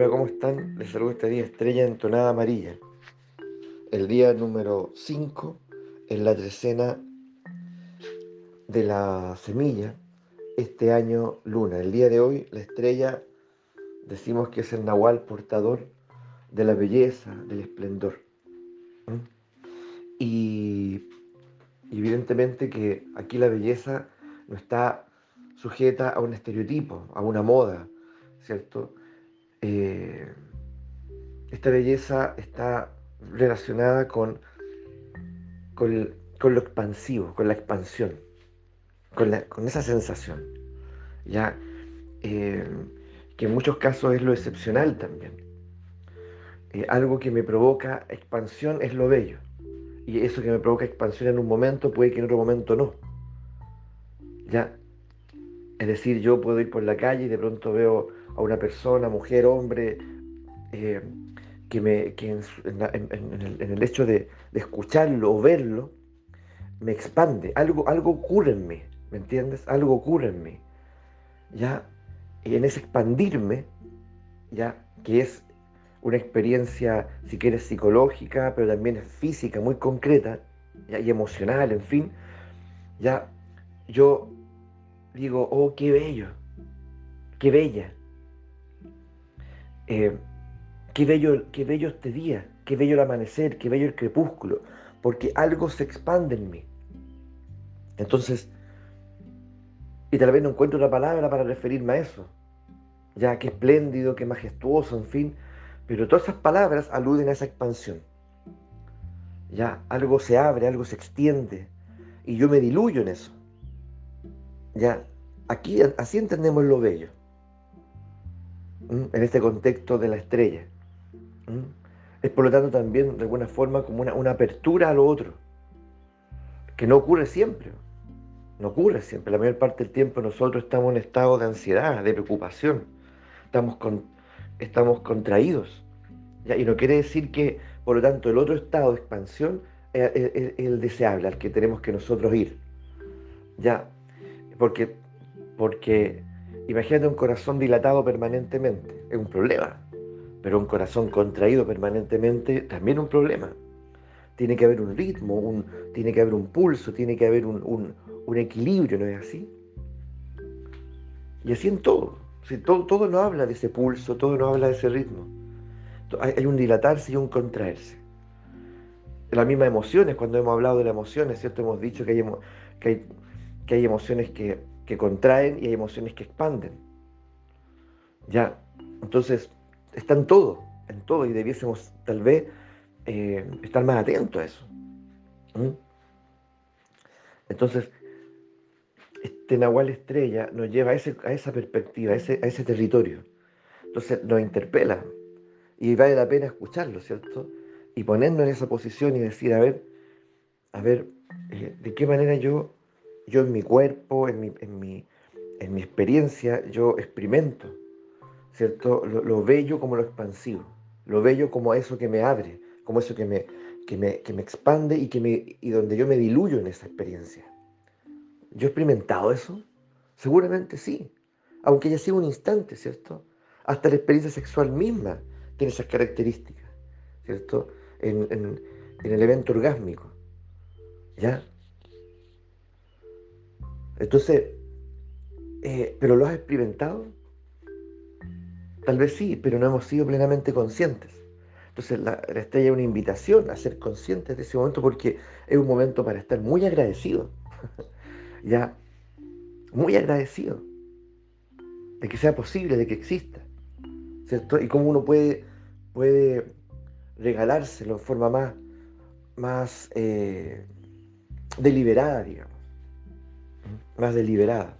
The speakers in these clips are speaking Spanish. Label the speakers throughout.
Speaker 1: Hola, ¿cómo están? Les saludo este día Estrella en tonada amarilla. El día número 5 en la trecena de la semilla, este año luna. El día de hoy la estrella decimos que es el nahual portador de la belleza, del esplendor. ¿Mm? Y evidentemente que aquí la belleza no está sujeta a un estereotipo, a una moda, ¿cierto? Eh, esta belleza está relacionada con lo expansivo, con la expansión, con esa sensación, ya eh, que en muchos casos es lo excepcional también. Algo que me provoca expansión es lo bello, y eso que me provoca expansión en un momento puede que en otro momento no. Ya, es decir, yo puedo ir por la calle y de pronto veo a una persona, mujer, hombre, eh, que en el hecho de escucharlo o verlo, me expande, algo ocurre en mí, ¿me entiendes? Algo ocurre en mí, ¿ya? Y en ese expandirme, ¿ya? Que es una experiencia, si quieres, psicológica, pero también es física, muy concreta, ¿ya? Y emocional, en fin, ya yo digo, oh, qué bello, qué bella, eh, qué bello este día, qué bello el amanecer, qué bello el crepúsculo, porque algo se expande en mí. Entonces, y tal vez no encuentro una palabra para referirme a eso, ya qué espléndido, qué majestuoso, en fin, pero todas esas palabras aluden a esa expansión. Ya algo se abre, algo se extiende, y yo me diluyo en eso. Ya aquí así entendemos lo bello, en este contexto de la estrella. ¿M? Es por lo tanto también de alguna forma como una apertura a lo otro, que no ocurre siempre. No ocurre siempre. La mayor parte del tiempo nosotros estamos en estado de ansiedad, de preocupación. Estamos, con, estamos contraídos. ¿Ya? Y no quiere decir que, por lo tanto, el otro estado de expansión es el deseable, al que tenemos que nosotros ir. ¿Ya? Porque, porque imagínate un corazón dilatado permanentemente, es un problema. Pero un corazón contraído permanentemente también es un problema. Tiene que haber un ritmo, tiene que haber un pulso, tiene que haber un equilibrio, ¿no es así? Y así en todo. Si todo nos habla de ese pulso, todo nos habla de ese ritmo. Hay un dilatarse y un contraerse. Las mismas emociones, cuando hemos hablado de las emociones, ¿cierto? Hemos dicho que hay, que hay emociones que contraen y hay emociones que expanden. Ya, entonces, está en todo, y debiésemos tal vez estar más atentos a eso. ¿Mm? Entonces, este Nahual Estrella nos lleva a esa perspectiva, a ese territorio. Entonces, nos interpela y vale la pena escucharlo, ¿cierto? Y ponernos en esa posición y decir, a ver, de qué manera yo en mi cuerpo, en mi experiencia, yo experimento, ¿cierto? Lo bello como lo expansivo, lo bello como eso que me abre, como eso que me expande y donde yo me diluyo en esa experiencia. ¿Yo he experimentado eso? Seguramente sí, aunque haya sido un instante, ¿cierto? Hasta la experiencia sexual misma tiene esas características, ¿cierto? En el evento orgásmico, ¿ya? Entonces, ¿pero lo has experimentado? Tal vez sí, pero no hemos sido plenamente conscientes. Entonces, la estrella es una invitación a ser conscientes de ese momento porque es un momento para estar muy agradecido, ¿ya? Muy agradecido de que sea posible, de que exista, ¿cierto? Y cómo uno puede regalárselo en forma más deliberada, digamos, más deliberada.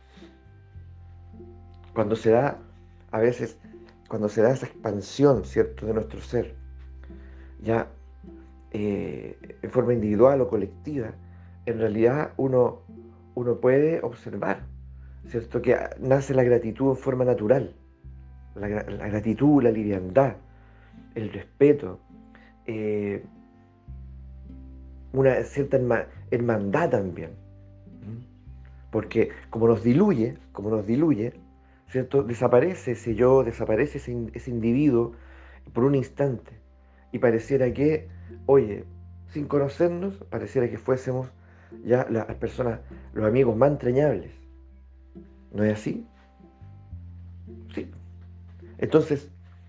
Speaker 1: Cuando se da, a veces, cuando se da esa expansión, ¿cierto?, de nuestro ser, ya en forma individual o colectiva, en realidad uno puede observar, ¿cierto?, que nace la gratitud en forma natural, la gratitud, la liviandad, el respeto, eh, una cierta hermandad también. ¿Mm? Porque como nos diluye, ¿cierto? Desaparece ese yo, desaparece ese individuo por un instante. Y pareciera que, oye, sin conocernos, pareciera que fuésemos ya las personas, los amigos más entrañables. ¿No es así? Sí. Entonces,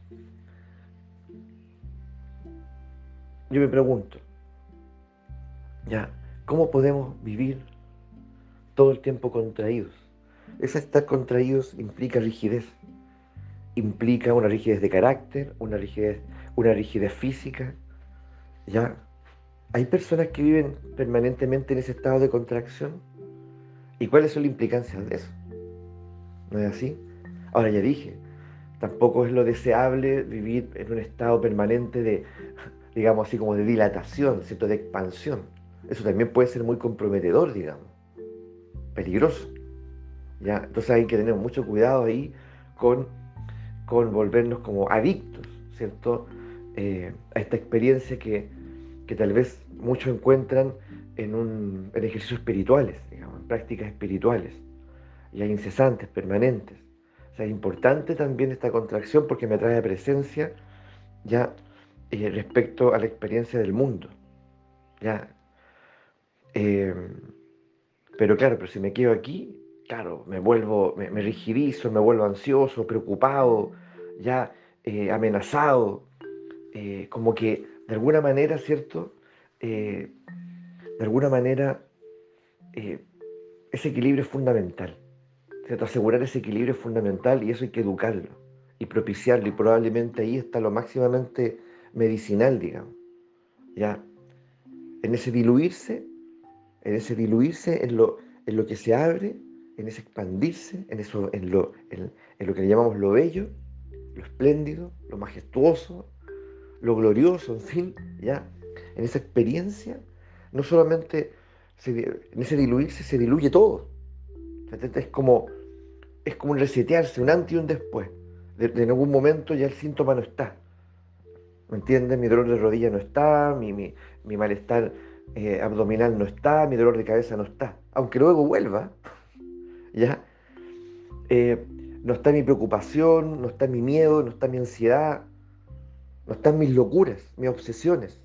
Speaker 1: yo me pregunto, ya, ¿cómo podemos vivir todo el tiempo contraídos? Ese estar contraídos implica rigidez, implica una rigidez de carácter, una rigidez física, ¿ya? Hay personas que viven permanentemente en ese estado de contracción. ¿Y cuáles son las implicancias de eso? ¿No es así? Ahora ya dije, tampoco es lo deseable vivir en un estado permanente de, digamos así, como de dilatación, ¿cierto? De expansión. Eso también puede ser muy comprometedor, digamos, peligroso, ¿ya? Entonces hay que tener mucho cuidado ahí con, con volvernos como adictos, ¿cierto? A esta experiencia que tal vez muchos encuentran en ejercicios espirituales, digamos, en prácticas espirituales, ya incesantes, permanentes. O sea, es importante también esta contracción porque me trae presencia ya respecto a la experiencia del mundo. Ya, eh, pero claro, pero si me quedo aquí, claro, me rigidizo, me vuelvo ansioso, preocupado, ya amenazado, como que de alguna manera, ¿cierto? Eh, de alguna manera, eh, ese equilibrio es fundamental, ¿cierto? Asegurar ese equilibrio es fundamental y eso hay que educarlo y propiciarlo y probablemente ahí está lo máximamente medicinal, digamos, ya, en ese diluirse, en lo que se abre, en ese expandirse, en lo que le llamamos lo bello, lo espléndido, lo majestuoso, lo glorioso, en fin, ya, en esa experiencia, no solamente en ese diluirse se diluye todo. Es como un resetearse, un antes y un después. En algún momento ya el síntoma no está. ¿Me entiendes? Mi dolor de rodilla no está, mi malestar abdominal no está, mi dolor de cabeza no está. Aunque luego vuelva, ¿ya? Eh, no está mi preocupación, no está mi miedo, no está mi ansiedad, no están mis locuras, mis obsesiones.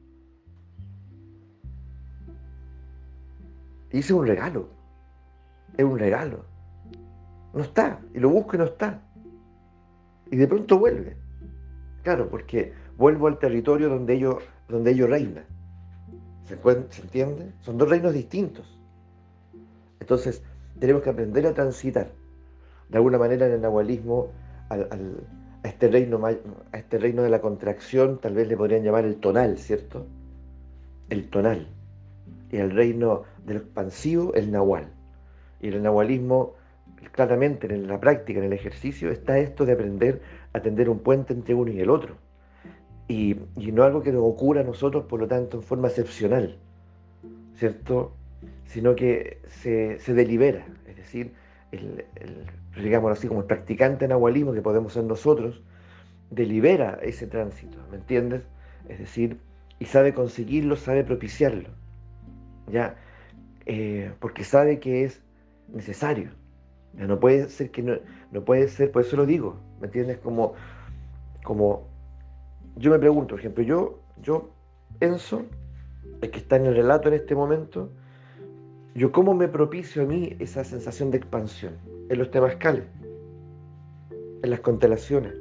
Speaker 1: Y ese es un regalo, es un regalo. No está, y lo busco y no está. Y de pronto vuelve. Claro, porque vuelvo al territorio donde ello reina. ¿Se entiende? Son dos reinos distintos. Entonces, tenemos que aprender a transitar. De alguna manera en el nahualismo, al- al- a este reino de la contracción, tal vez le podrían llamar el tonal, ¿cierto? El tonal. Y el reino del expansivo, el nahual. Y en el nahualismo, claramente en la práctica, en el ejercicio, está esto de aprender a tender un puente entre uno y el otro. Y no algo que nos ocurra a nosotros, por lo tanto, en forma excepcional, ¿cierto? Sino que se delibera, es decir, digamos así, como el practicante nahualismo que podemos ser nosotros, delibera ese tránsito, ¿me entiendes? Es decir, y sabe conseguirlo, sabe propiciarlo, ¿ya? Porque sabe que es necesario. Ya no puede ser que no puede ser, por eso lo digo, ¿me entiendes? Como yo me pregunto, por ejemplo, Enzo, el que está en el relato en este momento, yo cómo me propicio a mí esa sensación de expansión en los temazcales, en las constelaciones,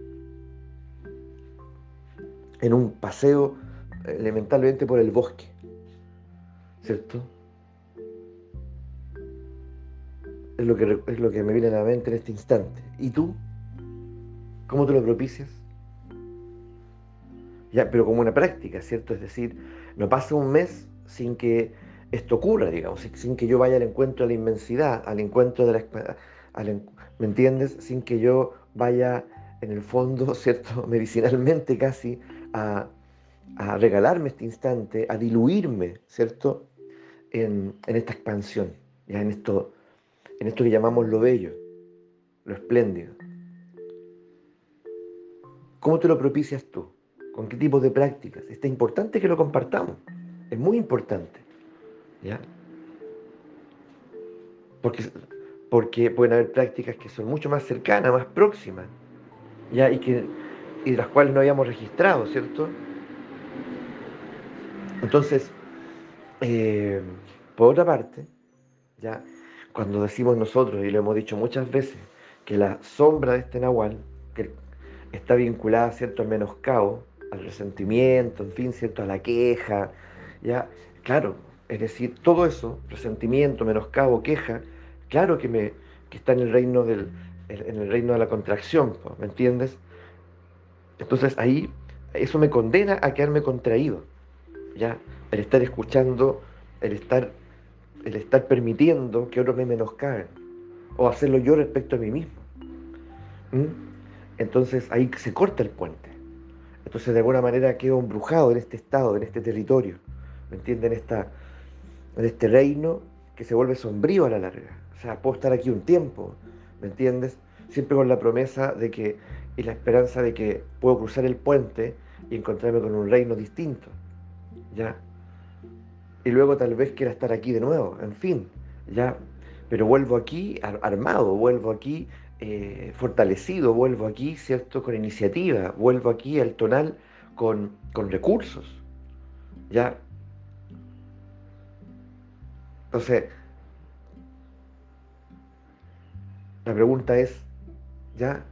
Speaker 1: en un paseo elementalmente por el bosque, ¿cierto? Es lo que me viene a la mente en este instante. ¿Y tú? ¿Cómo te lo propicias? Ya, pero como una práctica, ¿cierto? Es decir, no pasa un mes sin que esto ocurra, digamos, sin que yo vaya al encuentro de la inmensidad, al encuentro de ¿me entiendes? Sin que yo vaya, en el fondo, ¿cierto? Medicinalmente casi, a, a regalarme este instante, a diluirme, ¿cierto? En esta expansión, ya en esto que llamamos lo bello, lo espléndido. ¿Cómo te lo propicias tú? ¿Con qué tipo de prácticas? Es importante que lo compartamos. Es muy importante, ¿ya? Porque, porque pueden haber prácticas que son mucho más cercanas, más próximas, ¿ya? Y las cuales no habíamos registrado, ¿cierto? Entonces, eh, por otra parte, ¿ya? Cuando decimos nosotros, y lo hemos dicho muchas veces, que la sombra de este Nahual, que está vinculada, ¿cierto?, al menoscabo, al resentimiento, en fin, ¿cierto?, a la queja, ¿ya? Claro, es decir, todo eso, resentimiento, menoscabo, queja, claro que está en el reino en el reino de la contracción, po, ¿me entiendes? Entonces ahí, eso me condena a quedarme contraído, ¿ya? El estar escuchando, el estar, el estar permitiendo que otros me menoscaben, o hacerlo yo respecto a mí mismo. ¿Mm? Entonces ahí se corta el puente. Entonces de alguna manera quedo embrujado en este estado, en este territorio, ¿me entienden? En este reino que se vuelve sombrío a la larga. O sea, puedo estar aquí un tiempo, ¿me entiendes? Siempre con la promesa de que, y la esperanza de que puedo cruzar el puente y encontrarme con un reino distinto, ¿ya? Y luego tal vez quiera estar aquí de nuevo, en fin, ¿ya? Pero vuelvo aquí armado, vuelvo aquí fortalecido, vuelvo aquí, ¿cierto? Con iniciativa, vuelvo aquí al tonal con recursos, ¿ya? Entonces, la pregunta es, ¿ya?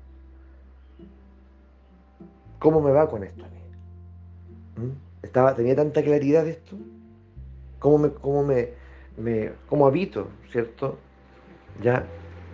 Speaker 1: ¿Cómo me va con esto a mí? ¿Mm? Tenía tanta claridad de esto, cómo habito, ¿cierto? Ya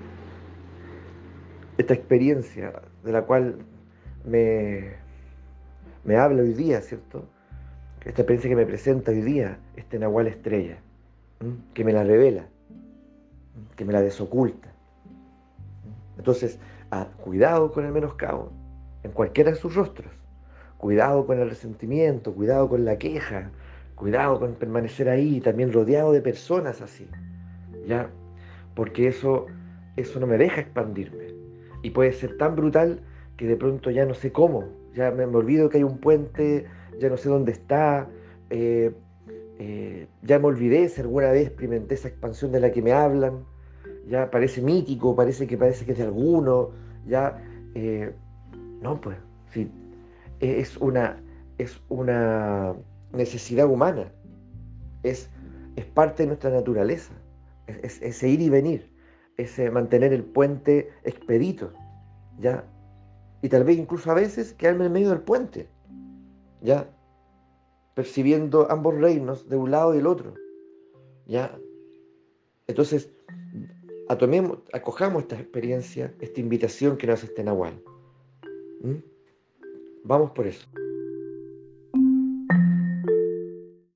Speaker 1: esta experiencia de la cual me, me habla hoy día, ¿cierto? Esta experiencia que me presenta hoy día, este Nahual Estrella, que me la revela, que me la desoculta. Entonces, cuidado con el menoscabo, en cualquiera de sus rostros. Cuidado con el resentimiento, cuidado con la queja, cuidado con permanecer ahí, también rodeado de personas así, ¿ya? Porque eso no me deja expandirme. Y puede ser tan brutal que de pronto ya no sé cómo, ya me olvido que hay un puente, ya no sé dónde está, eh, ya me olvidé si alguna vez experimenté esa expansión de la que me hablan, ya parece mítico, parece que es de alguno, ya, eh, no, pues, sí, es es una necesidad humana, es, es parte de nuestra naturaleza, ese ir y venir, ese mantener el puente expedito, ya, y tal vez incluso a veces quedarme en medio del puente, ya, percibiendo ambos reinos de un lado y del otro, ya. Entonces, acojamos esta experiencia, esta invitación que nos hace este Nahual. ¿Mm? Vamos por eso.